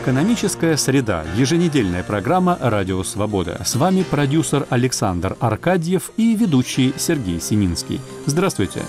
Экономическая среда. Еженедельная программа «Радио Свобода». С вами продюсер Александр Аркадьев и ведущий Сергей Сининский. Здравствуйте.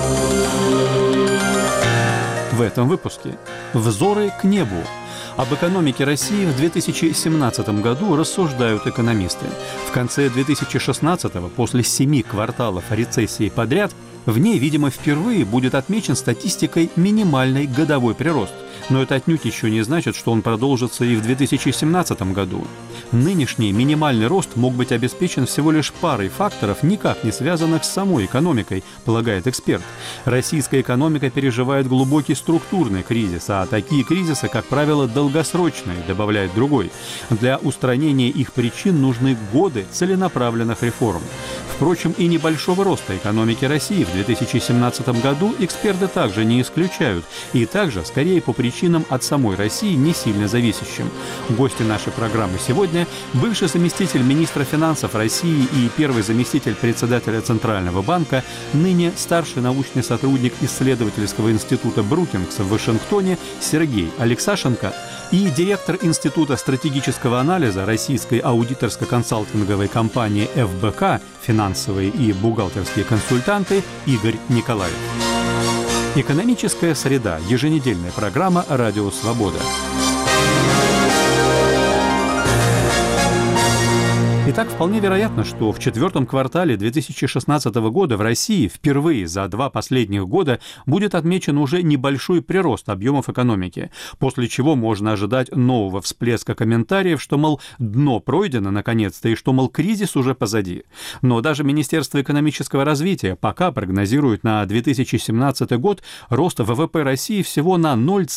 В этом выпуске «Взоры к небу». Об экономике России в 2017 году рассуждают экономисты. В конце 2016-го, после 7 кварталов рецессии подряд, в ней, видимо, впервые будет отмечен статистикой минимальный годовой прирост. Но это отнюдь еще не значит, что он продолжится и в 2017 году. Нынешний минимальный рост мог быть обеспечен всего лишь парой факторов, никак не связанных с самой экономикой, полагает эксперт. Российская экономика переживает глубокий структурный кризис, а такие кризисы, как правило, долгосрочные, добавляет другой. Для устранения их причин нужны годы целенаправленных реформ. Впрочем, и небольшого роста экономики России в 2017 году эксперты также не исключают, и также, скорее, по причинам от самой России не сильно зависящим. Гости нашей программы сегодня – бывший заместитель министра финансов России и первый заместитель председателя Центрального банка, ныне старший научный сотрудник исследовательского института Брукингс в Вашингтоне Сергей Алексашенко и директор Института стратегического анализа российской аудиторско-консалтинговой компании ФБК «Финансовые и бухгалтерские консультанты» Игорь Николаев. Экономическая среда. Еженедельная программа «Радио Свобода». Итак, вполне вероятно, что в четвертом квартале 2016 года в России впервые за 2 последних года будет отмечен уже небольшой прирост объемов экономики, после чего можно ожидать нового всплеска комментариев, что, мол, дно пройдено наконец-то и что, мол, кризис уже позади. Но даже Министерство экономического развития пока прогнозирует на 2017 год рост ВВП России всего на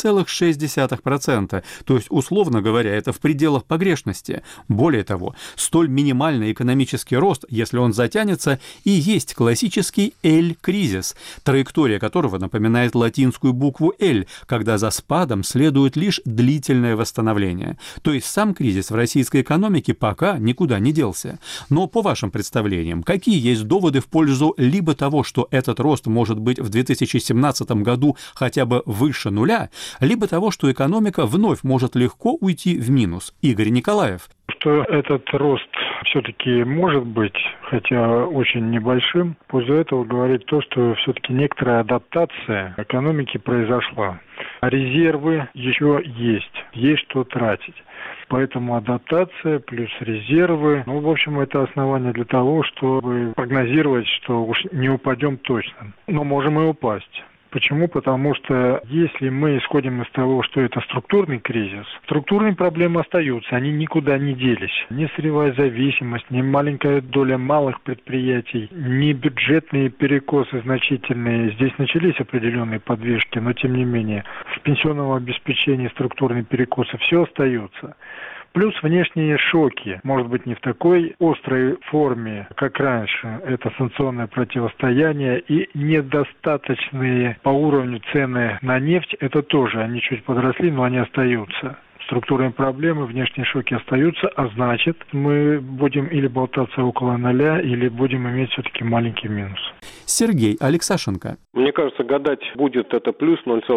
0,6%, то есть, условно говоря, это в пределах погрешности. Более того, столь минимальный экономический рост, если он затянется, и есть классический L-кризис, траектория которого напоминает латинскую букву L, когда за спадом следует лишь длительное восстановление. То есть сам кризис в российской экономике пока никуда не делся. Но по вашим представлениям, какие есть доводы в пользу либо того, что этот рост может быть в 2017 году хотя бы выше нуля, либо того, что экономика вновь может легко уйти в минус? Игорь Николаев. Что этот рост все-таки может быть, хотя очень небольшим, в пользу этого говорит то, что все-таки некоторая адаптация экономики произошла. А резервы еще есть что тратить. Поэтому адаптация плюс резервы, в общем, это основание для того, чтобы прогнозировать, что уж не упадем точно. Но можем и упасть. Почему? Потому что если мы исходим из того, что это структурный кризис, структурные проблемы остаются, они никуда не делись. Ни сырьевая зависимость, ни маленькая доля малых предприятий, ни бюджетные перекосы значительные. Здесь начались определенные подвижки, но тем не менее в пенсионном обеспечении структурные перекосы все остается. Плюс внешние шоки, может быть, не в такой острой форме, как раньше. Это санкционное противостояние и недостаточные по уровню цены на нефть. Это тоже, они чуть подросли, но они остаются. Структурные проблемы, внешние шоки остаются, а значит, мы будем или болтаться около нуля, или будем иметь все-таки маленький минус. Сергей Алексашенко. Мне кажется, гадать, будет это плюс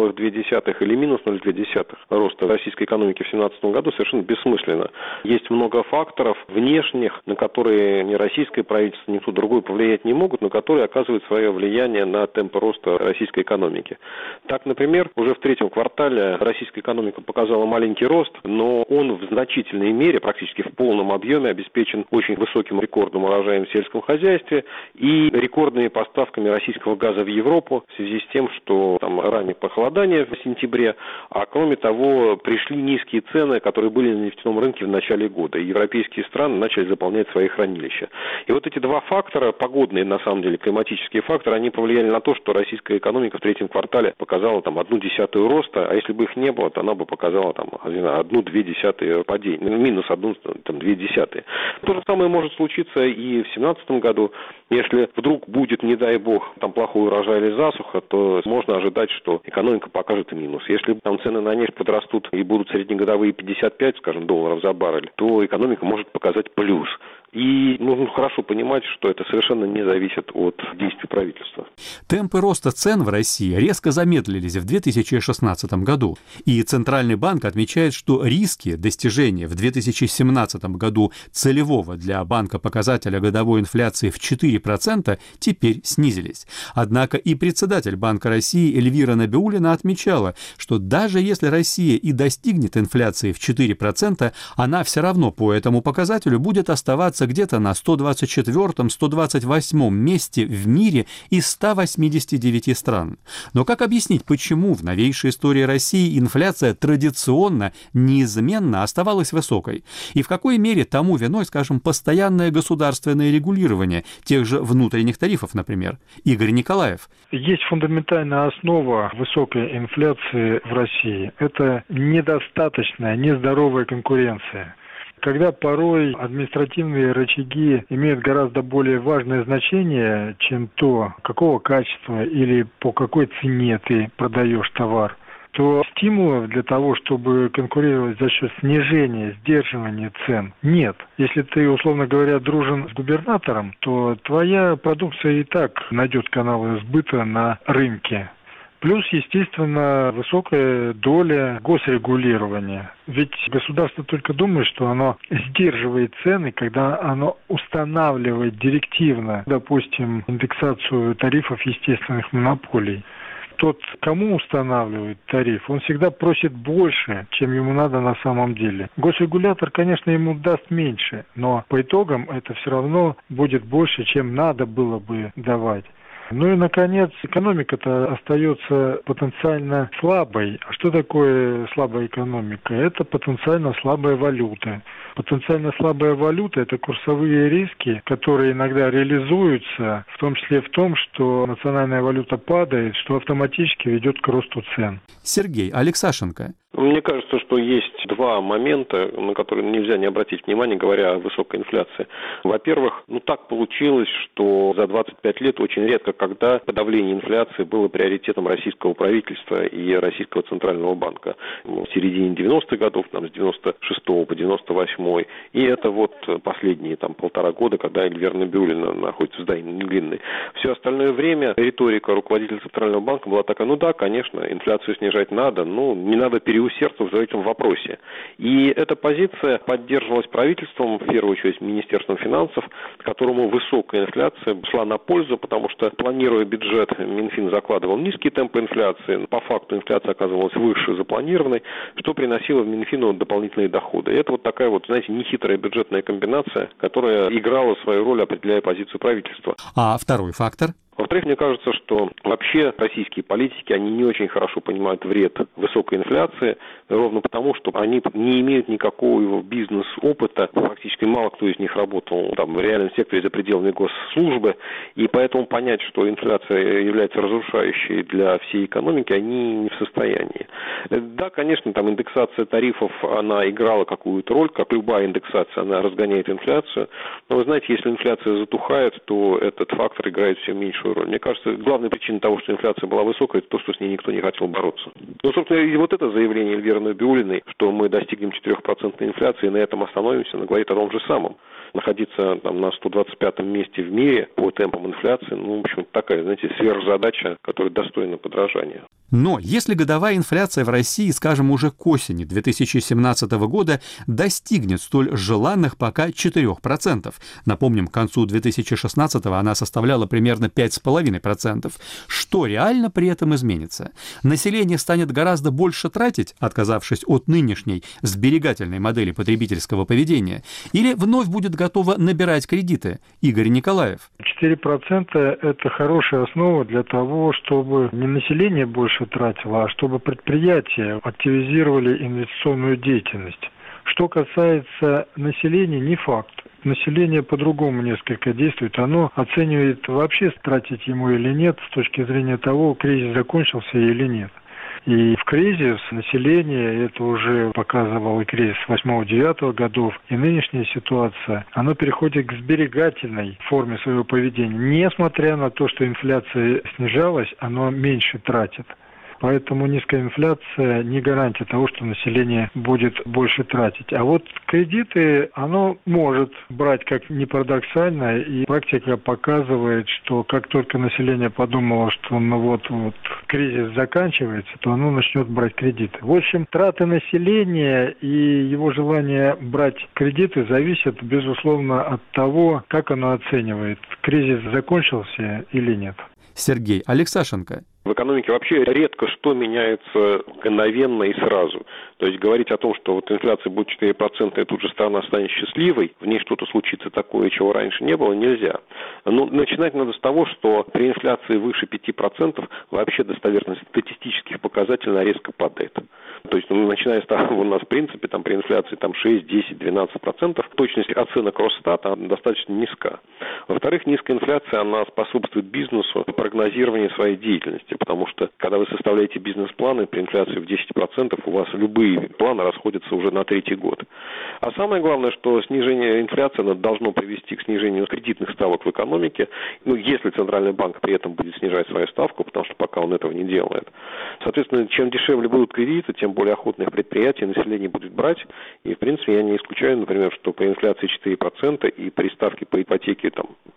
0,2 или минус 0,2 роста российской экономики в 2017 году, совершенно бессмысленно. Есть много факторов внешних, на которые ни российское правительство, ни кто другой повлиять не могут, но которые оказывают свое влияние на темпы роста российской экономики. Так, например, уже в третьем квартале российская экономика показала маленький рост, но он в значительной мере, практически в полном объеме, обеспечен очень высоким рекордным урожаем в сельском хозяйстве и рекордными поставками российского газа в Европу в связи с тем, что там раннее похолодание в сентябре, а кроме того пришли низкие цены, которые были на нефтяном рынке в начале года, и европейские страны начали заполнять свои хранилища. И вот эти два фактора, погодные на самом деле, климатические факторы, они повлияли на то, что российская экономика в третьем квартале показала 0,1 роста, а если бы их не было, то она бы показала 1,2 падения, минус 1,2. То же самое может случиться и в 2017 году. Если вдруг будет, не дай бог, плохой урожай или засуха, то можно ожидать, что экономика покажет минус. Если цены на нефть подрастут и будут среднегодовые 55, скажем, долларов за баррель, то экономика может показать плюс. И нужно хорошо понимать, что это совершенно не зависит от действий правительства. Темпы роста цен в России резко замедлились в 2016 году. И Центральный банк отмечает, что риски достижения в 2017 году целевого для банка показателя годовой инфляции в 4% теперь снизились. Однако и председатель Банка России Эльвира Набиуллина отмечала, что даже если Россия и достигнет инфляции в 4%, она все равно по этому показателю будет оставаться где-то на 124-128 месте в мире из 189 стран. Но как объяснить, почему в новейшей истории России инфляция традиционно, неизменно оставалась высокой? И в какой мере тому виной, скажем, постоянное государственное регулирование тех же внутренних тарифов, например? Игорь Николаев. Есть фундаментальная основа высокой инфляции в России. Это недостаточная, нездоровая конкуренция. Когда порой административные рычаги имеют гораздо более важное значение, чем то, какого качества или по какой цене ты продаешь товар, то стимулов для того, чтобы конкурировать за счет снижения, сдерживания цен, нет. Если ты, условно говоря, дружен с губернатором, то твоя продукция и так найдет каналы сбыта на рынке. Плюс, естественно, высокая доля госрегулирования. Ведь государство только думает, что оно сдерживает цены, когда оно устанавливает директивно, допустим, индексацию тарифов естественных монополий. Тот, кому устанавливает тариф, он всегда просит больше, чем ему надо на самом деле. Госрегулятор, конечно, ему даст меньше, но по итогам это все равно будет больше, чем надо было бы давать. Ну и, наконец, экономика-то остается потенциально слабой. А что такое слабая экономика? Это потенциально слабая валюта. Потенциально слабая валюта – это курсовые риски, которые иногда реализуются, в том числе в том, что национальная валюта падает, что автоматически ведет к росту цен. Сергей Алексашенко. Мне кажется, что есть два момента, на которые нельзя не обратить внимание, говоря о высокой инфляции. Во-первых, так получилось, что за 25 лет очень редко, когда подавление инфляции было приоритетом российского правительства и российского центрального банка. В середине 90-х годов, с 96 по 98, и это последние полтора года, когда Эльвира Набиуллина находится в здании Неглинной. Все остальное время риторика руководителя центрального банка была такая: да, конечно, инфляцию снижать надо, не надо переусердствовать в этом вопросе. И эта позиция поддерживалась правительством, в первую очередь Министерством финансов, которому высокая инфляция шла на пользу, потому что, планируя бюджет, Минфин закладывал низкие темпы инфляции, но по факту инфляция оказывалась выше запланированной, что приносило в Минфину дополнительные доходы. И это такая нехитрая бюджетная комбинация, которая играла свою роль, определяя позицию правительства. А второй фактор? Во-вторых, мне кажется, что вообще российские политики, они не очень хорошо понимают вред высокой инфляции, ровно потому, что они не имеют никакого бизнес-опыта, фактически мало кто из них работал в реальном секторе за пределами госслужбы, и поэтому понять, что инфляция является разрушающей для всей экономики, они не в состоянии. Да, конечно, индексация тарифов, она играла какую-то роль, как любая индексация, она разгоняет инфляцию, но вы знаете, если инфляция затухает, то этот фактор играет все меньше роль. Мне кажется, главная причина того, что инфляция была высокой, это то, что с ней никто не хотел бороться. Собственно, и это заявление Эльвиры Набиуллиной, что мы достигнем 4% инфляции и на этом остановимся, она говорит о том же самом. Находиться на 125-м месте в мире по темпам инфляции, в общем, такая, сверхзадача, которая достойна подражания. Но если годовая инфляция в России, скажем, уже к осени 2017 года достигнет столь желанных пока 4%, напомним, к концу 2016 она составляла примерно 5,5%, что реально при этом изменится? Население станет гораздо больше тратить, отказавшись от нынешней сберегательной модели потребительского поведения, или вновь будет готово набирать кредиты? Игорь Николаев. 4% – это хорошая основа для того, чтобы не население больше тратило, а чтобы предприятия активизировали инвестиционную деятельность. Что касается населения, не факт. Население по-другому несколько действует. Оно оценивает, вообще тратить ему или нет, с точки зрения того, кризис закончился или нет. И в кризис население, это уже показывал и кризис 8-9 годов, и нынешняя ситуация, оно переходит к сберегательной форме своего поведения. Несмотря на то, что инфляция снижалась, оно меньше тратит. Поэтому низкая инфляция не гарантия того, что население будет больше тратить. А вот кредиты оно может брать, как ни парадоксально, и практика показывает, что как только население подумало, что вот кризис заканчивается, то оно начнет брать кредиты. В общем, траты населения и его желание брать кредиты зависят, безусловно, от того, как оно оценивает, кризис закончился или нет. Сергей Алексашенко. В экономике вообще редко что меняется мгновенно и сразу. То есть говорить о том, что вот инфляция будет 4%, и тут же страна станет счастливой, в ней что-то случится такое, чего раньше не было, нельзя. Но начинать надо с того, что при инфляции выше 5% вообще достоверность статистических показателей резко падает. То есть, начиная с того, у нас в принципе при инфляции 6, 10, 12%, точность оценок Росстата достаточно низка. Во-вторых, низкая инфляция, она способствует бизнесу прогнозированию своей деятельности, потому что, когда вы составляете бизнес-планы при инфляции в 10%, у вас любые планы расходятся уже на третий год. А самое главное, что снижение инфляции должно привести к снижению кредитных ставок в экономике, если Центральный банк при этом будет снижать свою ставку, потому что пока он этого не делает. Соответственно, чем дешевле будут кредиты, тем более охотных предприятий население будет брать. И, в принципе, я не исключаю, например, что при инфляции 4% и при ставке по ипотеке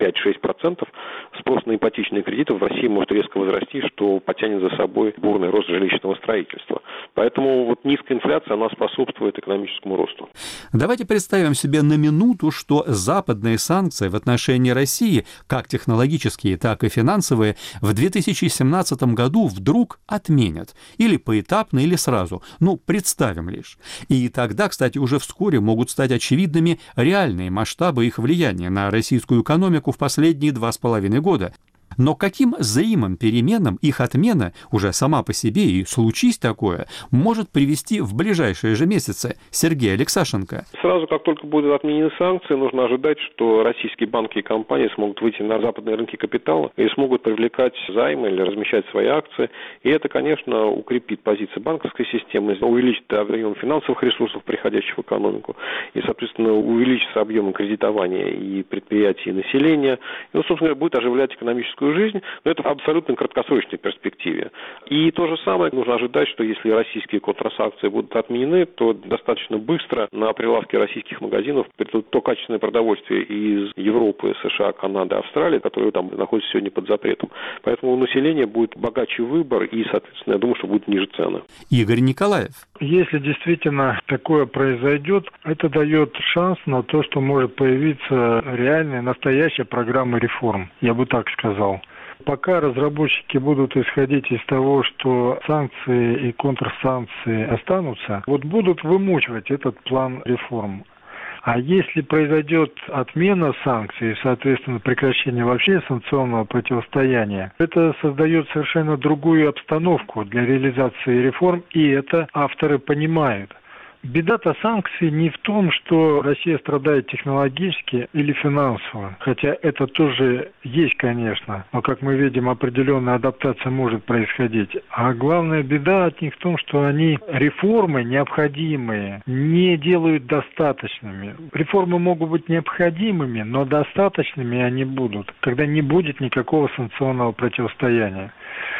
5-6%, спрос на ипотечные кредиты в России может резко возрасти, что потянет за собой бурный рост жилищного строительства. Поэтому низкая инфляция, она способствует экономическому росту. Давайте представим себе на минуту, что западные санкции в отношении России, как технологические, так и финансовые, в 2017 году вдруг отменят. Или поэтапно, или сразу. Представим лишь. И тогда, кстати, уже вскоре могут стать очевидными реальные масштабы их влияния на российскую экономику в последние 2,5 года. Но каким зримым переменам их отмена уже сама по себе, и случись такое, может привести в ближайшие же месяцы? Сергей Алексашенко. Сразу, как только будут отменены санкции, нужно ожидать, что российские банки и компании смогут выйти на западные рынки капитала и смогут привлекать займы или размещать свои акции. И это, конечно, укрепит позиции банковской системы, увеличит объем финансовых ресурсов, приходящих в экономику, и, соответственно, увеличится объем кредитования и предприятий, и населения. И, собственно говоря, будет оживлять экономическую жизнь, но это в абсолютно краткосрочной перспективе. И то же самое нужно ожидать, что если российские контрсанкции будут отменены, то достаточно быстро на прилавке российских магазинов придут то качественное продовольствие из Европы, США, Канады, Австралии, которые там находятся сегодня под запретом. Поэтому у населения будет богаче выбор и, соответственно, я думаю, что будут ниже цены. Игорь Николаев. Если действительно такое произойдет, это дает шанс на то, что может появиться реальная, настоящая программа реформ. Я бы так сказал. Пока разработчики будут исходить из того, что санкции и контрсанкции останутся, будут вымучивать этот план реформ. А если произойдет отмена санкций, соответственно, прекращение вообще санкционного противостояния, это создает совершенно другую обстановку для реализации реформ, и это авторы понимают. Беда-то санкций не в том, что Россия страдает технологически или финансово, хотя это тоже есть, конечно, но, как мы видим, определенная адаптация может происходить. А главная беда от них в том, что они реформы необходимые не делают достаточными. Реформы могут быть необходимыми, но достаточными они будут, когда не будет никакого санкционного противостояния.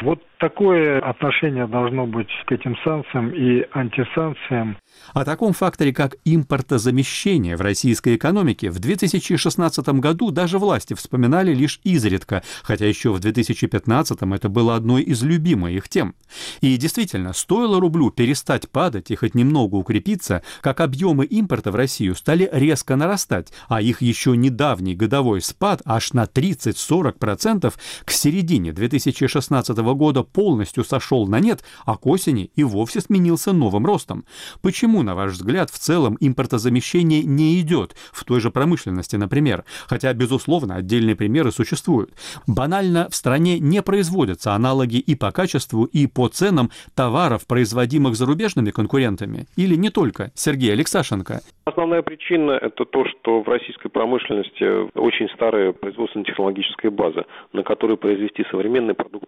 Такое отношение должно быть к этим санкциям и антисанкциям. О таком факторе, как импортозамещение в российской экономике, в 2016 году даже власти вспоминали лишь изредка, хотя еще в 2015 это было одной из любимых их тем. И действительно, стоило рублю перестать падать и хоть немного укрепиться, как объемы импорта в Россию стали резко нарастать, а их еще недавний годовой спад аж на 30-40% к середине 2016 года полностью сошел на нет, а к осени и вовсе сменился новым ростом. Почему, на ваш взгляд, в целом импортозамещение не идет, в той же промышленности, например? Хотя, безусловно, отдельные примеры существуют. Банально, в стране не производятся аналоги и по качеству, и по ценам товаров, производимых зарубежными конкурентами? Или не только? Сергей Алексашенко. Основная причина – это то, что в российской промышленности очень старая производственно-технологическая база, на которой произвести современный продукт просто невозможно.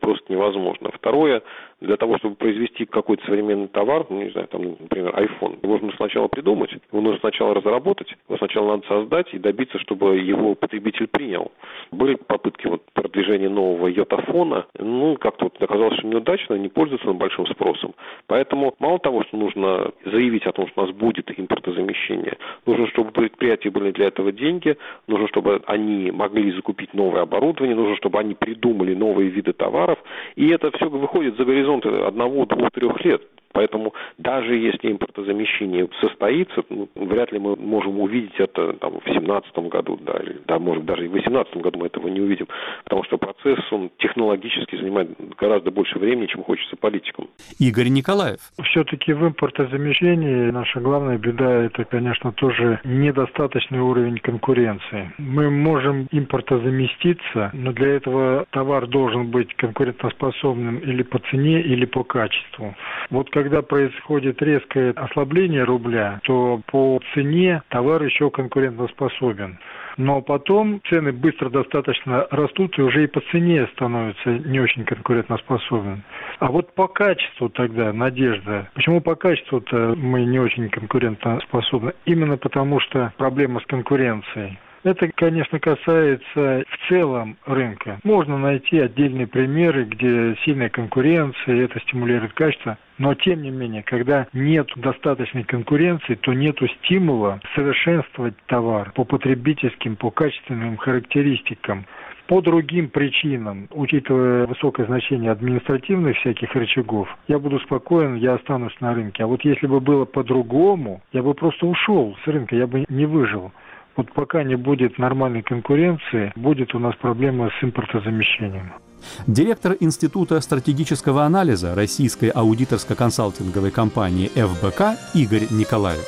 невозможно. Второе, для того, чтобы произвести какой-то современный товар, не знаю, там, например, iPhone, его нужно сначала придумать, его нужно сначала разработать, его сначала надо создать и добиться, чтобы его потребитель принял. Были попытки продвижения нового йотафона, как-то оказалось, что неудачно, не пользуются большим спросом. Поэтому мало того, что нужно заявить о том, что у нас будет импортозамещение, нужно, чтобы у предприятий были для этого деньги, нужно, чтобы они могли закупить новое оборудование, нужно, чтобы они придумали новые виды товаров, и это все выходит за горизонт 1, 2, 3 лет. Поэтому даже если импортозамещение состоится, вряд ли мы можем увидеть это в 2017 году, или может даже и в 2018 году мы этого не увидим, потому что процесс, он технологически занимает гораздо больше времени, чем хочется политикам. Игорь Николаев. Все-таки в импортозамещении наша главная беда – это, конечно, тоже недостаточный уровень конкуренции. Мы можем импортозаместиться, но для этого товар должен быть конкурентоспособным или по цене, или по качеству. Когда происходит резкое ослабление рубля, то по цене товар еще конкурентоспособен. Но потом цены быстро достаточно растут, и уже и по цене становится не очень конкурентоспособен. А по качеству тогда надежда. Почему по качеству-то мы не очень конкурентоспособны? Именно потому, что проблема с конкуренцией. Это, конечно, касается в целом рынка. Можно найти отдельные примеры, где сильная конкуренция, и это стимулирует качество. Но, тем не менее, когда нет достаточной конкуренции, то нет стимула совершенствовать товар по потребительским, по качественным характеристикам. По другим причинам, учитывая высокое значение административных всяких рычагов, я буду спокоен, я останусь на рынке. А если бы было по-другому, я бы просто ушел с рынка, я бы не выжил. Пока не будет нормальной конкуренции, будет у нас проблема с импортозамещением. Директор Института стратегического анализа российской аудиторско-консалтинговой компании ФБК Игорь Николаев.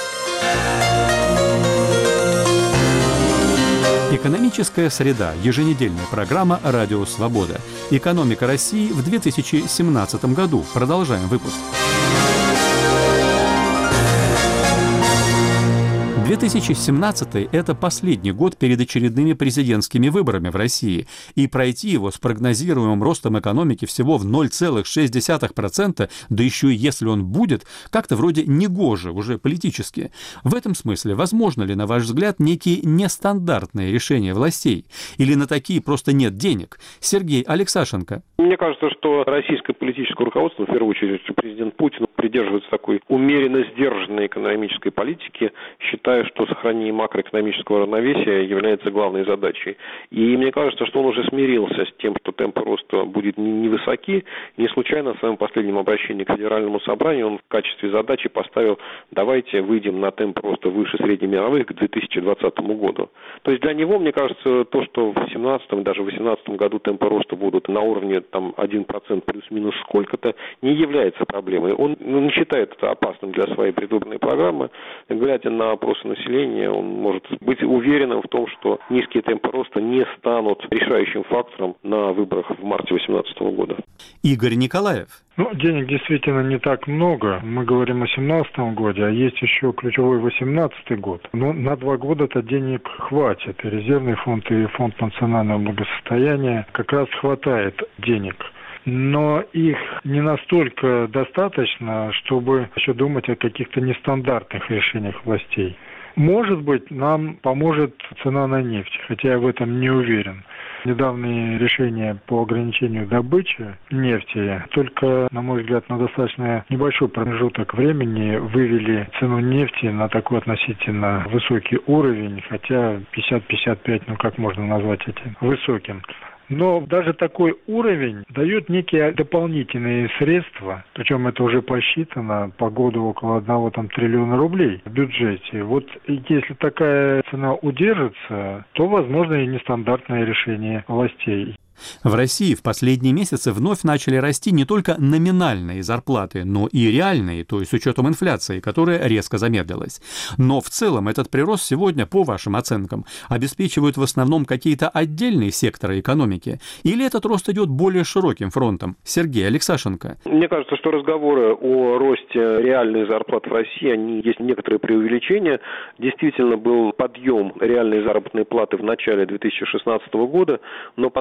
Экономическая среда. Еженедельная программа «Радио Свобода». Экономика России в 2017 году. Продолжаем выпуск. 2017 – это последний год перед очередными президентскими выборами в России, и пройти его с прогнозируемым ростом экономики всего в 0,6%, да еще и если он будет, как-то вроде негоже уже политически. В этом смысле возможно ли, на ваш взгляд, некие нестандартные решения властей? Или на такие просто нет денег? Сергей Алексашенко. Мне кажется, что российское политическое руководство, в первую очередь президент Путин, придерживается такой умеренно сдержанной экономической политики, считая, что сохранение макроэкономического равновесия является главной задачей. И мне кажется, что он уже смирился с тем, что темпы роста будут невысоки. Не случайно в своем последнем обращении к Федеральному собранию он в качестве задачи поставил: давайте выйдем на темп роста выше среднемировых к 2020 году. То есть для него, мне кажется, то, что в 2017 и даже в 2018 году темпы роста будут на уровне 1% плюс-минус сколько-то, не является проблемой. Он не считает это опасным для своей предвыборной программы. Глядя на опросы населения, он может быть уверенным в том, что низкие темпы роста не станут решающим фактором на выборах в марте 2018 года. Игорь Николаев. Денег действительно не так много. Мы говорим о 2017 годе, а есть еще ключевой 2018 год. На 2 года-то денег хватит. И резервный фонд, и фонд национального благосостояния как раз хватает денег. Но их не настолько достаточно, чтобы еще думать о каких-то нестандартных решениях властей. Может быть, нам поможет цена на нефть, хотя я в этом не уверен. Недавние решения по ограничению добычи нефти только, на мой взгляд, на достаточно небольшой промежуток времени вывели цену нефти на такой относительно высокий уровень, хотя 50-55, как можно назвать этим высоким. Но даже такой уровень дает некие дополнительные средства, причем это уже посчитано по году около 1 триллиона рублей в бюджете. Если такая цена удержится, то возможно и нестандартное решение властей. В России в последние месяцы вновь начали расти не только номинальные зарплаты, но и реальные, то есть с учетом инфляции, которая резко замедлилась. Но в целом этот прирост сегодня, по вашим оценкам, обеспечивают в основном какие-то отдельные секторы экономики? Или этот рост идет более широким фронтом? Сергей Алексашенко. Мне кажется, что разговоры о росте реальных зарплат в России, они есть некоторые преувеличения. Действительно был подъем реальной заработной платы в начале 2016 года, но потом где-то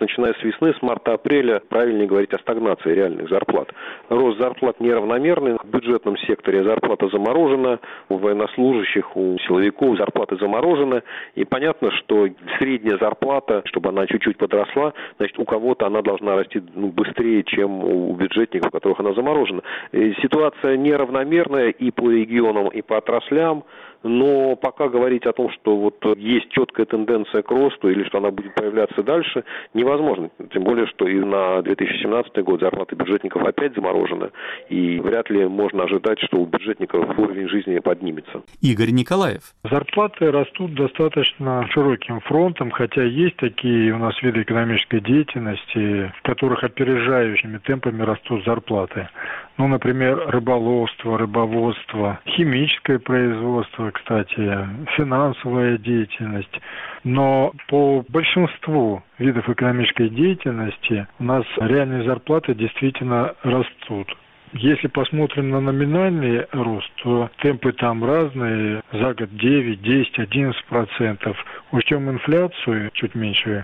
начиная с весны, с марта-апреля, правильнее говорить о стагнации реальных зарплат. Рост зарплат неравномерный. В бюджетном секторе зарплата заморожена, у военнослужащих, у силовиков зарплаты заморожены. И понятно, что средняя зарплата, чтобы она чуть-чуть подросла, значит, у кого-то она должна расти быстрее, чем у бюджетников, у которых она заморожена. Ситуация неравномерная и по регионам, и по отраслям. Но пока говорить о том, что вот есть четкая тенденция к росту или что она будет появляться дальше, невозможно. Тем более, что и на 2017 год зарплаты бюджетников опять заморожены. И вряд ли можно ожидать, что у бюджетников уровень жизни поднимется. Игорь Николаев. Зарплаты растут достаточно широким фронтом, хотя есть такие у нас виды экономической деятельности, в которых опережающими темпами растут зарплаты. Ну, например, рыболовство, рыбоводство, химическое производство, кстати, финансовая деятельность. Но по большинству видов экономической деятельности у нас реальные зарплаты действительно растут. Если посмотрим на номинальный рост, то темпы там разные. За год 9, 10, 11%. Учтем инфляцию чуть меньше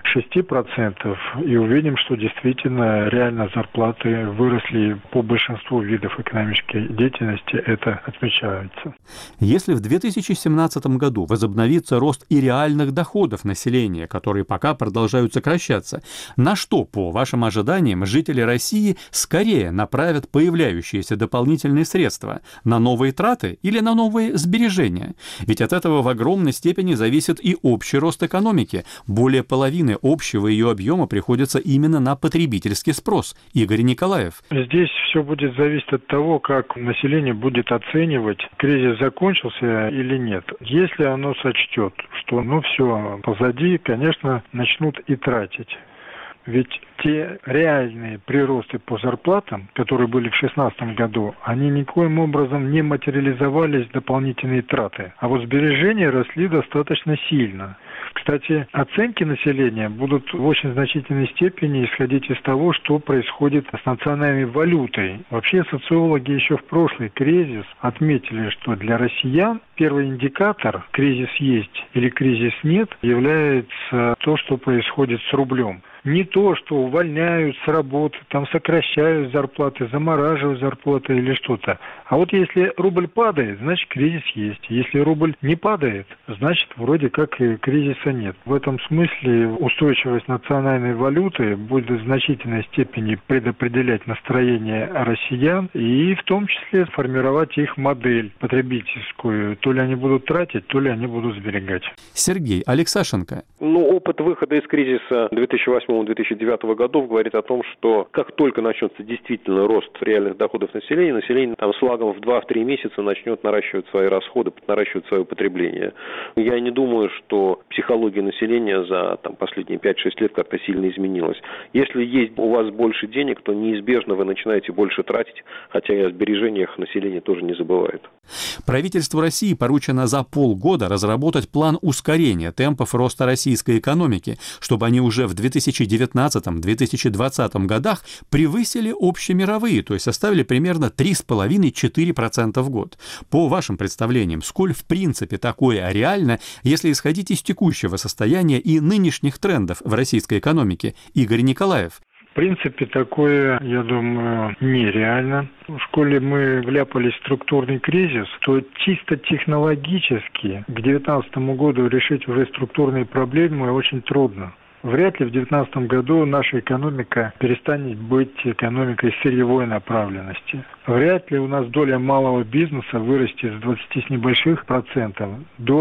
6%. И увидим, что действительно реально зарплаты выросли по большинству видов экономической деятельности. Это отмечается. Если в 2017 году возобновится рост и реальных доходов населения, которые пока продолжают сокращаться, на что, по вашим ожиданиям, жители России скорее направят появляющиеся дополнительные средства на новые траты или на новые сбережения? Ведь от этого в огромной степени зависит и общий рост экономики. Более половины общего ее объема приходится именно на потребительский спрос. Игорь Николаев. Здесь все будет зависеть от того, как население будет оценивать, кризис закончился или нет. Если оно сочтет, что все позади, конечно, начнут и тратить. Ведь те реальные приросты по зарплатам, которые были в 2016 году, они никоим образом не материализовались в дополнительные траты. А вот сбережения росли достаточно сильно. Кстати, оценки населения будут в очень значительной степени исходить из того, что происходит с национальной валютой. Вообще социологи еще в прошлый кризис отметили, что для россиян первый индикатор «кризис есть» или «кризис нет» является то, что происходит с рублем. Не то, что увольняют с работы, там сокращают зарплаты, замораживают зарплаты или что-то. А вот если рубль падает, значит кризис есть. Если рубль не падает, значит вроде как и кризиса нет. В этом смысле устойчивость национальной валюты будет в значительной степени предопределять настроение россиян и в том числе формировать их модель потребительскую. То ли они будут тратить, то ли они будут сберегать. Сергей Алексашенко. Опыт выхода из кризиса 2008-2009 годов говорит о том, что как только начнется действительно рост реальных доходов населения там с лагом в 2-3 месяца начнет наращивать свои расходы, наращивать свое потребление. Я не думаю, что психология населения за последние 5-6 лет как-то сильно изменилась. Если есть у вас больше денег, то неизбежно вы начинаете больше тратить, хотя и о сбережениях население тоже не забывает. Правительству России поручено за полгода разработать план ускорения темпов роста российской экономики, чтобы они уже в 2019-2020 годах превысили общемировые, то есть составили примерно 3,5-4% в год. По вашим представлениям, сколь в принципе такое реально, если исходить из текущего состояния и нынешних трендов в российской экономике? Игорь Николаев. В принципе, такое, я думаю, нереально. В школе мы вляпались в структурный кризис, то чисто технологически к 2019 году решить уже структурные проблемы очень трудно. Вряд ли в 2019 году наша экономика перестанет быть экономикой сырьевой направленности. Вряд ли у нас доля малого бизнеса вырастет с 20 с небольших процентов до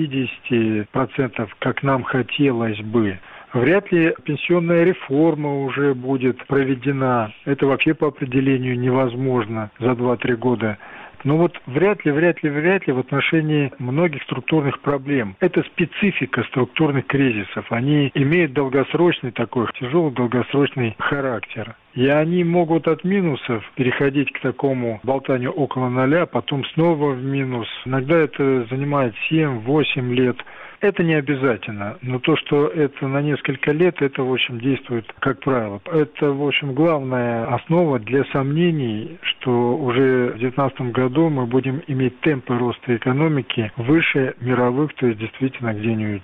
50%, как нам хотелось бы. Вряд ли пенсионная реформа уже будет проведена. Это вообще по определению невозможно за 2-3 года. Но вряд ли в отношении многих структурных проблем. Это специфика структурных кризисов. Они имеют долгосрочный такой, тяжелый долгосрочный характер. И они могут от минусов переходить к такому болтанию около нуля, потом снова в минус. Иногда это занимает 7-8 лет. Это не обязательно, но то, что это на несколько лет, это, в общем, действует как правило. Это, в общем, главная основа для сомнений, что уже в 2019 году мы будем иметь темпы роста экономики выше мировых, то есть действительно где-нибудь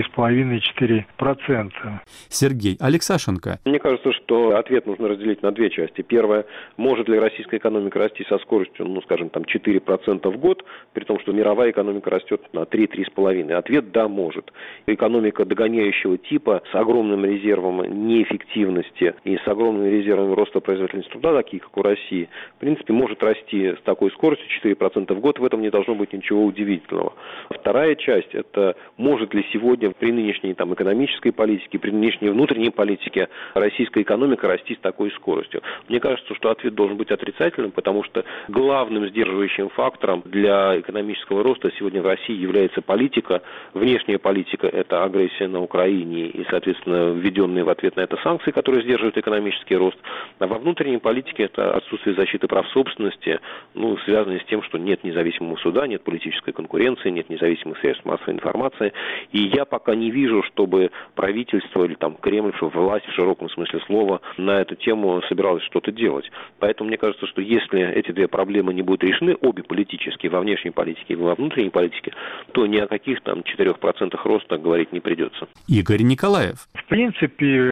3,5-4%. Сергей Алексашенко. Мне кажется, что ответ нужно разделить на две части. Первое, может ли российская экономика расти со скоростью, 4% в год, при том, что мировая экономика растет на 3-3,5%. Ответ – да, может. Экономика догоняющего типа с огромным резервом неэффективности и с огромными резервами роста производительности труда, такие как у России, в принципе, может расти с такой скоростью 4% в год. В этом не должно быть ничего удивительного. Вторая часть – это может ли сегодня при нынешней экономической политике, при нынешней внутренней политике российская экономика расти с такой скоростью. Мне кажется, что ответ должен быть отрицательным, потому что главным сдерживающим фактором для экономического роста сегодня в России является политика. Внешняя политика – это агрессия на Украине и, соответственно, введенные в ответ на это санкции, которые сдерживают экономический рост. А во внутренней политике это отсутствие защиты прав собственности, связанное с тем, что нет независимого суда, нет политической конкуренции, нет независимых средств массовой информации. И я пока не вижу, чтобы правительство или Кремль, чтобы власть в широком смысле слова на эту тему собиралась что-то делать. Поэтому мне кажется, что если эти две проблемы не будут решены, обе политические, во внешней политике и во внутренней политике, то ни о каких 4% роста говорить не придется. Игорь Николаев. В принципе,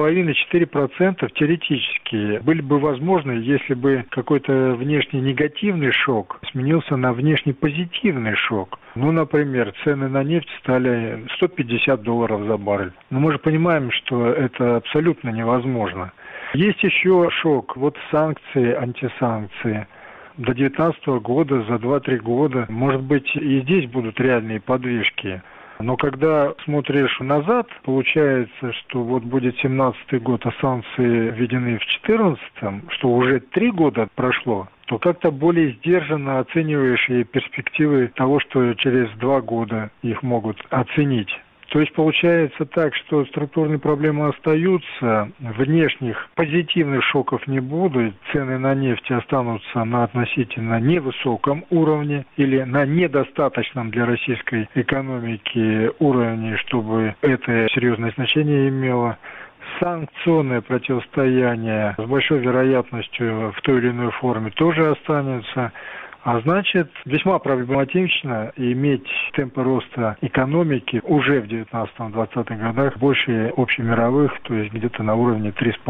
3,5-4% теоретически были бы возможны, если бы какой-то внешний негативный шок сменился на внешний позитивный шок. Например, цены на нефть стали $150 за баррель. Но мы же понимаем, что это абсолютно невозможно. Есть еще шок. Санкции, антисанкции. До 2019 года, за 2-3 года, может быть, и здесь будут реальные подвижки. Но когда смотришь назад, получается, что будет 17-й год, а санкции введены в 14-м, что уже 3 года прошло, то как-то более сдержанно оцениваешь и перспективы того, что через 2 года их могут оценить. То есть получается так, что структурные проблемы остаются, внешних позитивных шоков не будет, цены на нефть останутся на относительно невысоком уровне или на недостаточном для российской экономики уровне, чтобы это серьезное значение имело. Санкционное противостояние с большой вероятностью в той или иной форме тоже останется. А значит, весьма проблематично иметь темпы роста экономики уже в 19-20 годах больше общемировых, то есть где-то на уровне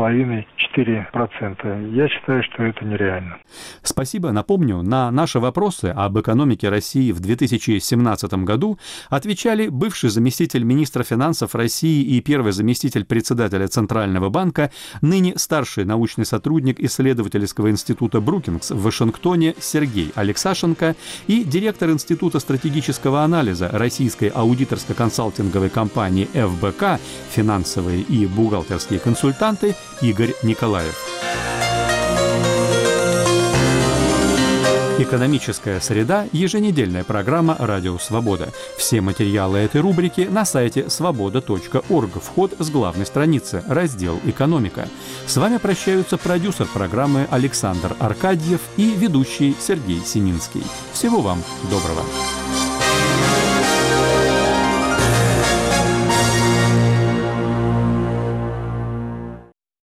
3,5-4%. Я считаю, что это нереально. Спасибо. Напомню, на наши вопросы об экономике России в 2017 году отвечали бывший заместитель министра финансов России и первый заместитель председателя Центрального банка, ныне старший научный сотрудник исследовательского института Брукингс в Вашингтоне Сергей Алексашенко и директор Института стратегического анализа российской аудиторско-консалтинговой компании ФБК, финансовые и бухгалтерские консультанты Игорь Николаев. «Экономическая среда» – еженедельная программа «Радио Свобода». Все материалы этой рубрики на сайте svoboda.org. Вход с главной страницы, раздел «Экономика». С вами прощаются продюсер программы Александр Аркадьев и ведущий Сергей Сининский. Всего вам доброго.